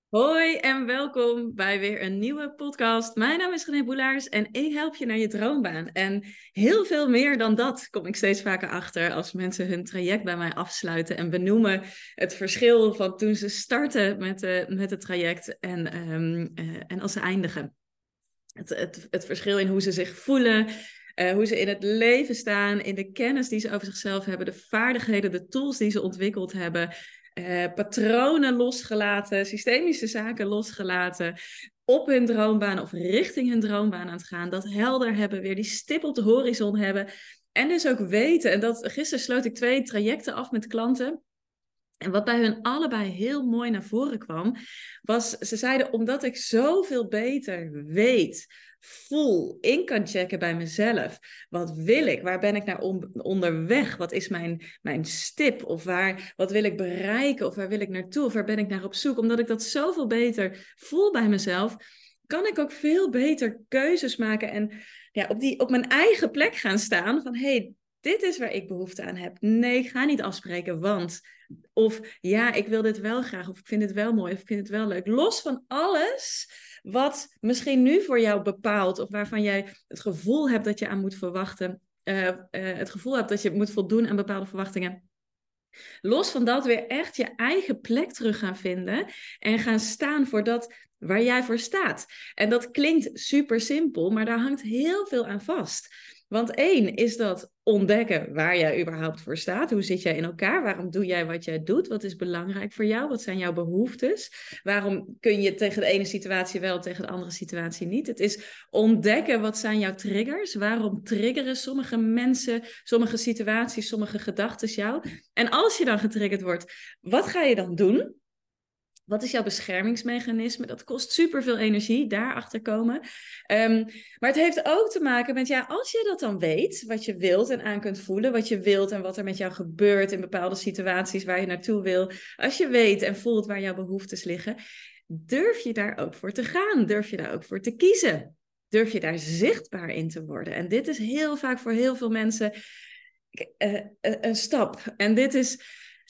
Hoi en welkom bij weer een nieuwe podcast. Mijn naam is René Boelaars en ik help je naar je droombaan. En heel veel meer dan dat kom ik steeds vaker achter als mensen hun traject bij mij afsluiten en benoemen het verschil van toen ze starten met het traject en als ze eindigen. Het verschil in hoe ze zich voelen, hoe ze in het leven staan, in de kennis die ze over zichzelf hebben, de vaardigheden, de tools die ze ontwikkeld hebben, patronen losgelaten, systemische zaken losgelaten, op hun droombaan of richting hun droombaan aan het gaan, dat helder hebben, weer die stip op de horizon hebben. En dus ook weten, en dat gisteren sloot ik 2 trajecten af met klanten. En wat bij hun allebei heel mooi naar voren kwam, was, ze zeiden, omdat ik zoveel beter weet, voel, in kan checken bij mezelf. Wat wil ik? Waar ben ik naar onderweg? Wat is mijn stip? Of wat wil ik bereiken? Of waar wil ik naartoe? Of waar ben ik naar op zoek? Omdat ik dat zoveel beter voel bij mezelf, kan ik ook veel beter keuzes maken en ja, op mijn eigen plek gaan staan van, hey, dit is waar ik behoefte aan heb. Nee, ik ga niet afspreken, want... Of ja, ik wil dit wel graag, of ik vind het wel mooi, of ik vind het wel leuk. Los van alles wat misschien nu voor jou bepaalt, of waarvan jij het gevoel hebt dat je aan moet verwachten, het gevoel hebt dat je moet voldoen aan bepaalde verwachtingen. Los van dat weer echt je eigen plek terug gaan vinden en gaan staan voor dat waar jij voor staat. En dat klinkt super simpel, maar daar hangt heel veel aan vast. Want één is dat ontdekken waar jij überhaupt voor staat. Hoe zit jij in elkaar? Waarom doe jij wat jij doet? Wat is belangrijk voor jou? Wat zijn jouw behoeftes? Waarom kun je tegen de ene situatie wel, tegen de andere situatie niet? Het is ontdekken wat zijn jouw triggers? Waarom triggeren sommige mensen, sommige situaties, sommige gedachten jou? En als je dan getriggerd wordt, wat ga je dan doen? Wat is jouw beschermingsmechanisme? Dat kost superveel energie, daarachter komen. Maar het heeft ook te maken met, ja, als je dat dan weet, wat je wilt en aan kunt voelen, wat je wilt en wat er met jou gebeurt in bepaalde situaties waar je naartoe wil. Als je weet en voelt waar jouw behoeftes liggen, durf je daar ook voor te gaan? Durf je daar ook voor te kiezen? Durf je daar zichtbaar in te worden? En dit is heel vaak voor heel veel mensen een stap. En dit is...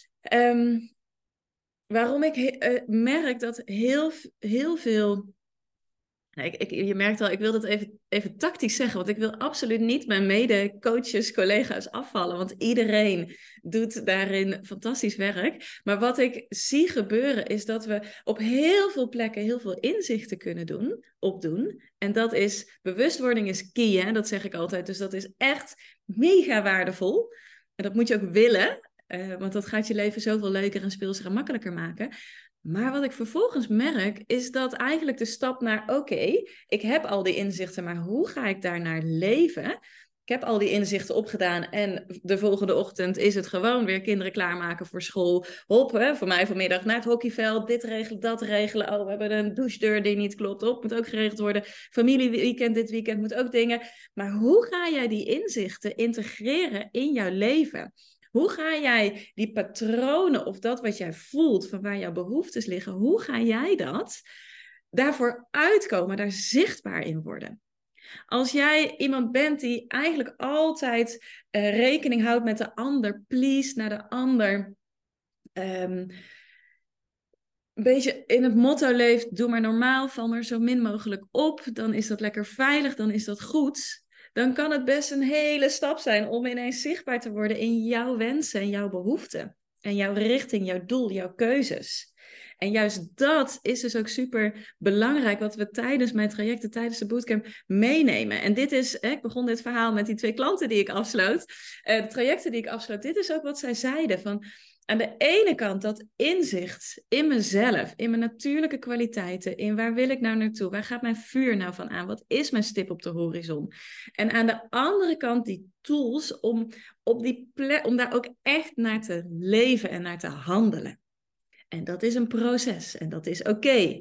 waarom ik merk dat heel veel... Nou, je merkt al, ik wil dat even tactisch zeggen, want ik wil absoluut niet mijn mede-coaches, collega's afvallen, want iedereen doet daarin fantastisch werk. Maar wat ik zie gebeuren is dat we op heel veel plekken heel veel inzichten kunnen opdoen. En dat is, bewustwording is key, hè? Dat zeg ik altijd. Dus dat is echt mega waardevol. En dat moet je ook willen. Want dat gaat je leven zoveel leuker en speelser en makkelijker maken. Maar wat ik vervolgens merk, is dat eigenlijk de stap naar, oké, ik heb al die inzichten, maar hoe ga ik daar naar leven? Ik heb al die inzichten opgedaan en de volgende ochtend is het gewoon weer kinderen klaarmaken voor school. Hop, hè, voor mij vanmiddag naar het hockeyveld, dit regelen, dat regelen. Oh, we hebben een douchedeur die niet klopt. Op, moet ook geregeld worden. Familieweekend dit weekend moet ook dingen. Maar hoe ga jij die inzichten integreren in jouw leven? Hoe ga jij die patronen of dat wat jij voelt van waar jouw behoeftes liggen, hoe ga jij dat daarvoor uitkomen, daar zichtbaar in worden? Als jij iemand bent die eigenlijk altijd rekening houdt met de ander, please naar de ander, een beetje in het motto leeft, doe maar normaal, val maar zo min mogelijk op, dan is dat lekker veilig, dan is dat goed. Dan kan het best een hele stap zijn om ineens zichtbaar te worden in jouw wensen en jouw behoeften. En jouw richting, jouw doel, jouw keuzes. En juist dat is dus ook super belangrijk wat we tijdens mijn trajecten, tijdens de bootcamp meenemen. En dit is, ik begon dit verhaal met die 2 klanten die ik afsloot. De trajecten die ik afsloot, dit is ook wat zij zeiden van... Aan de ene kant dat inzicht in mezelf, in mijn natuurlijke kwaliteiten, in waar wil ik nou naartoe, waar gaat mijn vuur nou van aan, wat is mijn stip op de horizon. En aan de andere kant die tools om, op die plek, om daar ook echt naar te leven en naar te handelen. En dat is een proces en dat is oké.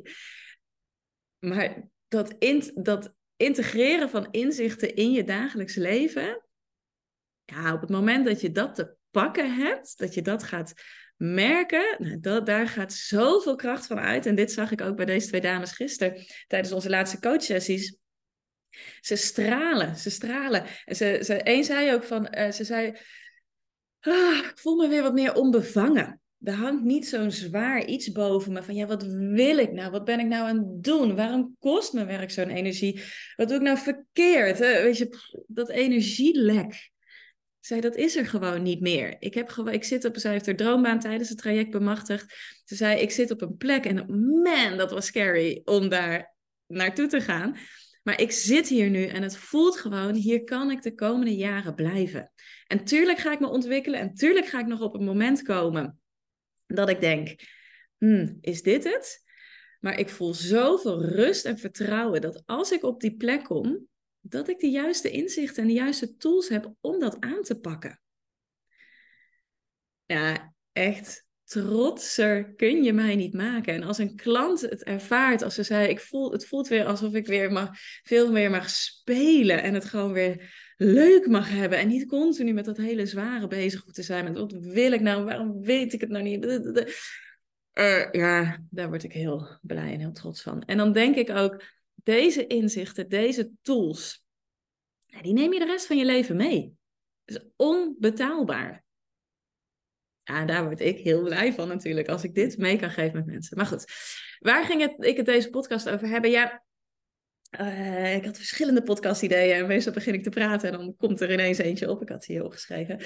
Maar dat integreren van inzichten in je dagelijks leven, ja, op het moment dat je dat te pakken hebt, dat je dat gaat merken, nou, daar gaat zoveel kracht van uit. En dit zag ik ook bij deze 2 dames gisteren tijdens onze laatste coachsessies. Ze stralen, ze stralen. En één zei ook van, ze zei, ik voel me weer wat meer onbevangen. er hangt niet zo'n zwaar iets boven me van ja, wat wil ik nou? Wat ben ik nou aan het doen? Waarom kost mijn werk zo'n energie? Wat doe ik nou verkeerd? Hè? Weet je, dat energielek. Zij, dat is er gewoon niet meer. Zij heeft haar droombaan tijdens het traject bemachtigd. Ze zei, ik zit op een plek en man, dat was scary om daar naartoe te gaan. Maar ik zit hier nu en het voelt gewoon, hier kan ik de komende jaren blijven. En tuurlijk ga ik me ontwikkelen en tuurlijk ga ik nog op een moment komen dat ik denk, is dit het? Maar ik voel zoveel rust en vertrouwen dat als ik op die plek kom, dat ik de juiste inzichten en de juiste tools heb om dat aan te pakken. Ja, echt trotser kun je mij niet maken. En als een klant het ervaart, als ze zei, het voelt weer alsof ik weer veel meer mag spelen en het gewoon weer leuk mag hebben. En niet continu met dat hele zware bezig hoef te zijn. Met wat wil ik nou? Waarom weet ik het nou niet? Ja, daar word ik heel blij en heel trots van. En dan denk ik ook, deze inzichten, deze tools, die neem je de rest van je leven mee. Dat is onbetaalbaar. Ja, daar word ik heel blij van natuurlijk, als ik dit mee kan geven met mensen. Maar goed, waar ging ik het deze podcast over hebben? Ja, ik had verschillende podcast-ideeën en meestal begin ik te praten en dan komt er ineens eentje op. Ik had ze hier opgeschreven.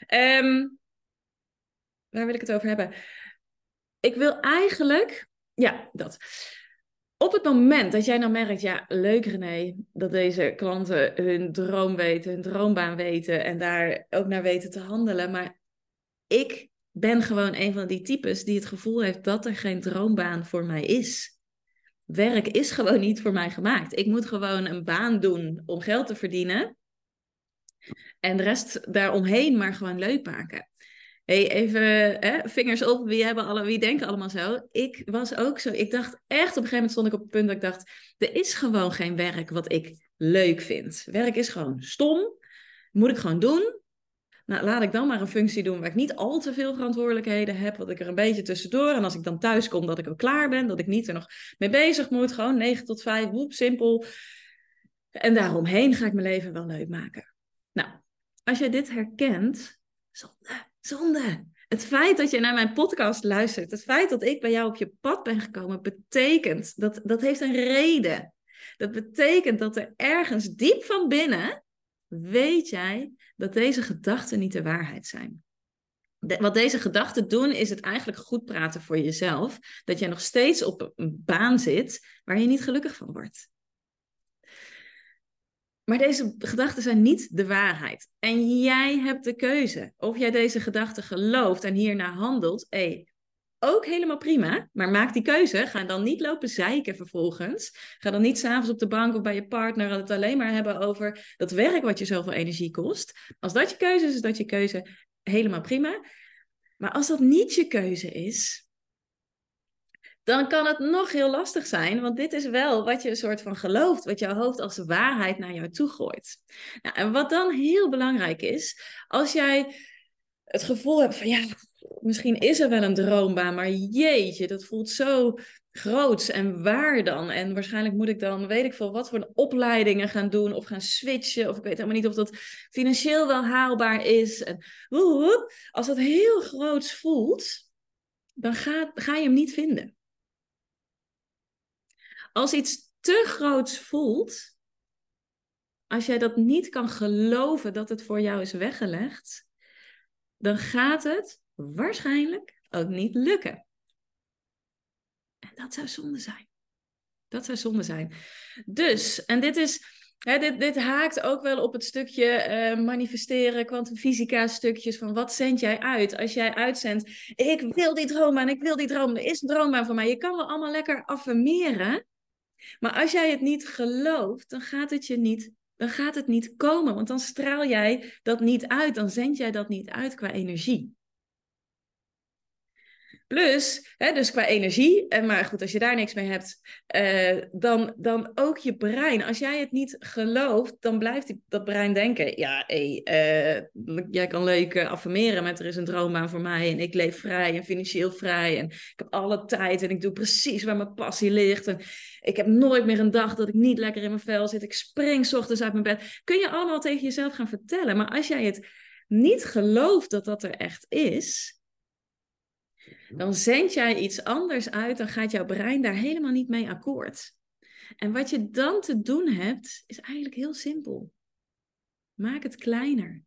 Waar wil ik het over hebben? Ik wil eigenlijk, ja, dat. Op het moment dat jij nou merkt, ja, leuk René, dat deze klanten hun droom weten, hun droombaan weten en daar ook naar weten te handelen. Maar ik ben gewoon een van die types die het gevoel heeft dat er geen droombaan voor mij is. Werk is gewoon niet voor mij gemaakt. Ik moet gewoon een baan doen om geld te verdienen en de rest daaromheen maar gewoon leuk maken. Hey, even vingers op, wie denken allemaal zo? Ik was ook zo. Ik dacht echt, op een gegeven moment stond ik op het punt dat ik dacht, er is gewoon geen werk wat ik leuk vind. Werk is gewoon stom, moet ik gewoon doen. Nou, laat ik dan maar een functie doen waar ik niet al te veel verantwoordelijkheden heb, wat ik er een beetje tussendoor. En als ik dan thuis kom, dat ik ook klaar ben, dat ik niet er nog mee bezig moet. Gewoon 9 tot 5, simpel. En daaromheen ga ik mijn leven wel leuk maken. Nou, als jij dit herkent, zonde. Het feit dat je naar mijn podcast luistert, het feit dat ik bij jou op je pad ben gekomen, betekent, dat heeft een reden. Dat betekent dat er ergens diep van binnen, weet jij, dat deze gedachten niet de waarheid zijn. Wat deze gedachten doen, is het eigenlijk goed praten voor jezelf. Dat jij nog steeds op een baan zit waar je niet gelukkig van wordt. Maar deze gedachten zijn niet de waarheid. En jij hebt de keuze. Of jij deze gedachten gelooft en hiernaar handelt. Ook helemaal prima. Maar maak die keuze. Ga dan niet lopen zeiken vervolgens. Ga dan niet 's avonds op de bank of bij je partner het alleen maar hebben over dat werk wat je zoveel energie kost. Als dat je keuze is dat je keuze. Helemaal prima. Maar als dat niet je keuze is, dan kan het nog heel lastig zijn, want dit is wel wat je een soort van gelooft, wat jouw hoofd als waarheid naar jou toe gooit. Nou, en wat dan heel belangrijk is, als jij het gevoel hebt van ja, misschien is er wel een droombaan, maar jeetje, dat voelt zo groots en waar dan? En waarschijnlijk moet ik dan, weet ik veel, wat voor opleidingen gaan doen of gaan switchen, of ik weet helemaal niet of dat financieel wel haalbaar is. En als dat heel groots voelt, dan ga je hem niet vinden. Als iets te groots voelt, als jij dat niet kan geloven dat het voor jou is weggelegd, dan gaat het waarschijnlijk ook niet lukken. En dat zou zonde zijn. Dat zou zonde zijn. Dus, en dit haakt ook wel op het stukje manifesteren, kwantumfysica stukjes van wat zend jij uit? Als jij uitzendt, ik wil die droombaan, ik wil die droom, er is een droombaan voor mij. Je kan wel allemaal lekker affirmeren. Maar als jij het niet gelooft, dan gaat het niet komen. Want dan straal jij dat niet uit. Dan zend jij dat niet uit qua energie. Plus, dus qua energie, maar goed, als je daar niks mee hebt, dan ook je brein. Als jij het niet gelooft, dan blijft dat brein denken, ja, jij kan leuk affirmeren met er is een droombaan voor mij en ik leef vrij en financieel vrij en ik heb alle tijd en ik doe precies waar mijn passie ligt en ik heb nooit meer een dag dat ik niet lekker in mijn vel zit, ik spring 's ochtends uit mijn bed. Kun je allemaal tegen jezelf gaan vertellen, maar als jij het niet gelooft dat dat er echt is, dan zend jij iets anders uit, dan gaat jouw brein daar helemaal niet mee akkoord. En wat je dan te doen hebt, is eigenlijk heel simpel. Maak het kleiner.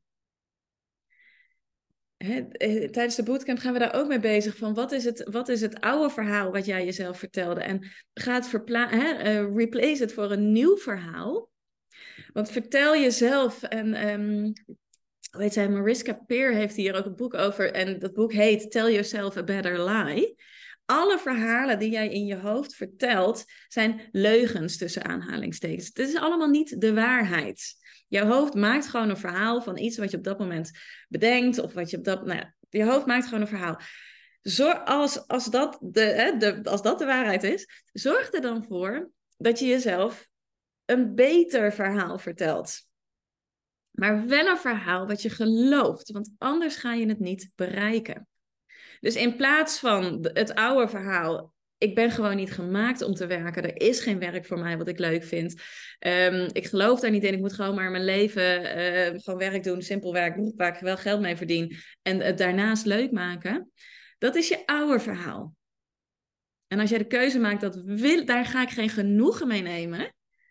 Tijdens de bootcamp gaan we daar ook mee bezig. Van wat is het oude verhaal wat jij jezelf vertelde? En ga het replace het voor een nieuw verhaal. Want vertel jezelf, en weet zij, Mariska Peer heeft hier ook een boek over. En dat boek heet Tell Yourself a Better Lie. Alle verhalen die jij in je hoofd vertelt, zijn leugens tussen aanhalingstekens. Het is allemaal niet de waarheid. Jouw hoofd maakt gewoon een verhaal van iets wat je op dat moment bedenkt. Of wat je op dat... Nou ja, je hoofd maakt gewoon een verhaal. Als dat de waarheid is, zorg er dan voor dat je jezelf een beter verhaal vertelt. Maar wel een verhaal wat je gelooft, want anders ga je het niet bereiken. Dus in plaats van het oude verhaal, ik ben gewoon niet gemaakt om te werken, er is geen werk voor mij wat ik leuk vind. Ik geloof daar niet in, ik moet gewoon maar mijn leven gewoon werk doen, simpel werk, waar ik wel geld mee verdien en het daarnaast leuk maken. Dat is je oude verhaal. En als jij de keuze maakt, daar ga ik geen genoegen mee nemen.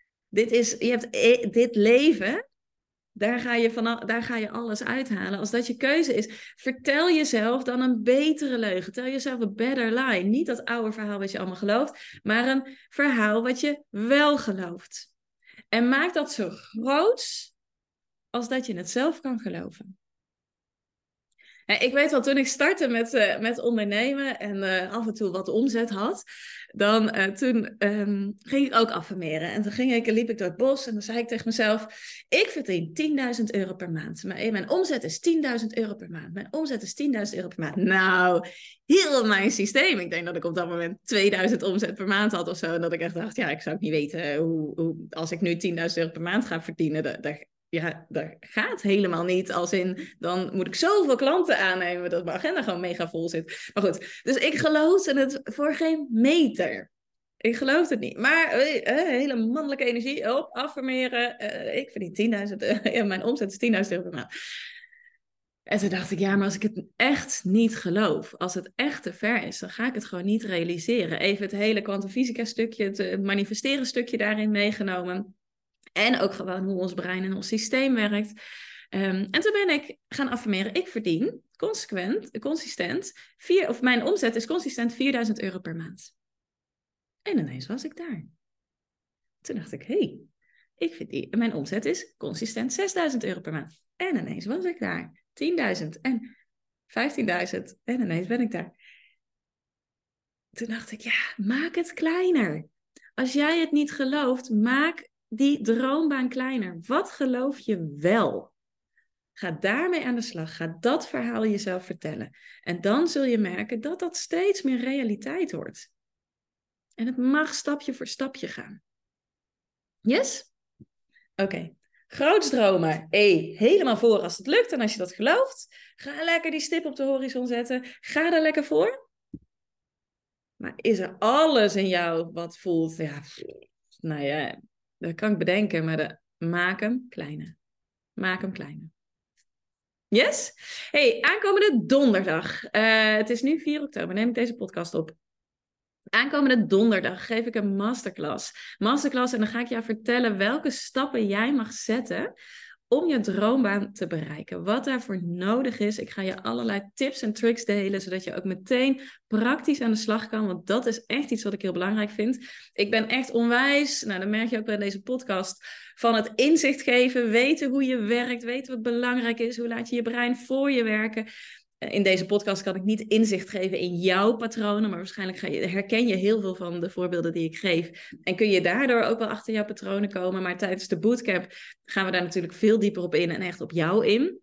Dit leven, daar ga je alles uithalen. Als dat je keuze is, vertel jezelf dan een betere leugen. Tel jezelf een better lie. Niet dat oude verhaal wat je allemaal gelooft, maar een verhaal wat je wel gelooft. En maak dat zo groot als dat je het zelf kan geloven. Ik weet wel, toen ik startte met ondernemen en af en toe wat omzet had, toen ging ik ook affirmeren. En toen liep ik door het bos en dan zei ik tegen mezelf, ik verdien 10.000 euro per maand. Mijn omzet is 10.000 euro per maand. Mijn omzet is 10.000 euro per maand. Nou, heel mijn systeem. Ik denk dat ik op dat moment 2.000 omzet per maand had of zo. En dat ik echt dacht, ja, ik zou ook niet weten hoe als ik nu 10.000 euro per maand ga verdienen, ja, dat gaat helemaal niet. Als in, dan moet ik zoveel klanten aannemen dat mijn agenda gewoon mega vol zit. Maar goed, dus ik geloofde het voor geen meter. Ik geloofde het niet. Maar hele mannelijke energie op, affirmeren. Ik verdien 10.000 euro. Ja, mijn omzet is 10.000 euro per maand. En toen dacht ik, ja, maar als ik het echt niet geloof, als het echt te ver is, dan ga ik het gewoon niet realiseren. Even het hele kwantumfysica stukje, het manifesteren stukje daarin meegenomen. En ook gewoon hoe ons brein en ons systeem werkt. En toen ben ik gaan affirmeren. Ik verdien consistent, mijn omzet is consistent 4.000 euro per maand. En ineens was ik daar. Toen dacht ik, mijn omzet is consistent 6.000 euro per maand. En ineens was ik daar. 10.000 en 15.000. En ineens ben ik daar. Toen dacht ik, ja, maak het kleiner. Als jij het niet gelooft, maak die droombaan kleiner. Wat geloof je wel? Ga daarmee aan de slag. Ga dat verhaal jezelf vertellen. En dan zul je merken dat dat steeds meer realiteit wordt. En het mag stapje voor stapje gaan. Yes? Oké. Groots dromen. Helemaal voor als het lukt en als je dat gelooft. Ga lekker die stip op de horizon zetten. Ga er lekker voor. Maar is er alles in jou wat voelt? Ja, nou ja, dat kan ik bedenken, maar maak hem kleiner. Maak hem kleiner. Yes? Aankomende donderdag. Het is nu 4 oktober, neem ik deze podcast op. Aankomende donderdag geef ik een masterclass. En dan ga ik jou vertellen welke stappen jij mag zetten om je droombaan te bereiken. Wat daarvoor nodig is. Ik ga je allerlei tips en tricks delen, zodat je ook meteen praktisch aan de slag kan. Want dat is echt iets wat ik heel belangrijk vind. Ik ben echt onwijs, nou dat merk je ook bij deze podcast, van het inzicht geven, weten hoe je werkt, weten wat belangrijk is, hoe laat je je brein voor je werken. In deze podcast kan ik niet inzicht geven in jouw patronen, maar waarschijnlijk herken je heel veel van de voorbeelden die ik geef. En kun je daardoor ook wel achter jouw patronen komen. Maar tijdens de bootcamp gaan we daar natuurlijk veel dieper op in en echt op jou in.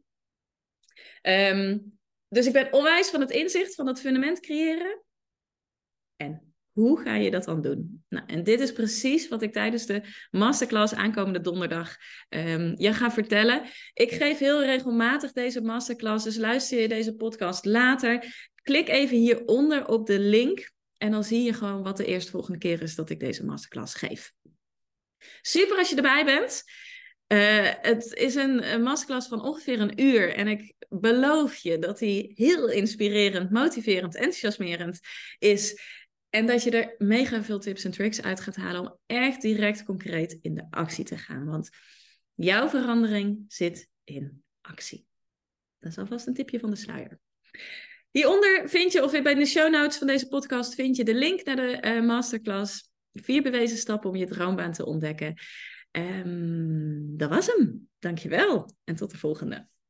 Dus ik ben onwijs van het inzicht van dat fundament creëren. En hoe ga je dat dan doen? Nou, en dit is precies wat ik tijdens de masterclass aankomende donderdag je ga vertellen. Ik geef heel regelmatig deze masterclass, dus luister je deze podcast later. Klik even hieronder op de link en dan zie je gewoon wat de eerstvolgende keer is dat ik deze masterclass geef. Super als je erbij bent. Het is een masterclass van ongeveer een uur. En ik beloof je dat die heel inspirerend, motiverend, enthousiasmerend is. En dat je er mega veel tips en tricks uit gaat halen om echt direct concreet in de actie te gaan. Want jouw verandering zit in actie. Dat is alvast een tipje van de sluier. Hieronder vind je, of bij de show notes van deze podcast, vind je de link naar de masterclass. 4 bewezen stappen om je droombaan te ontdekken. Dat was hem. Dankjewel. En tot de volgende.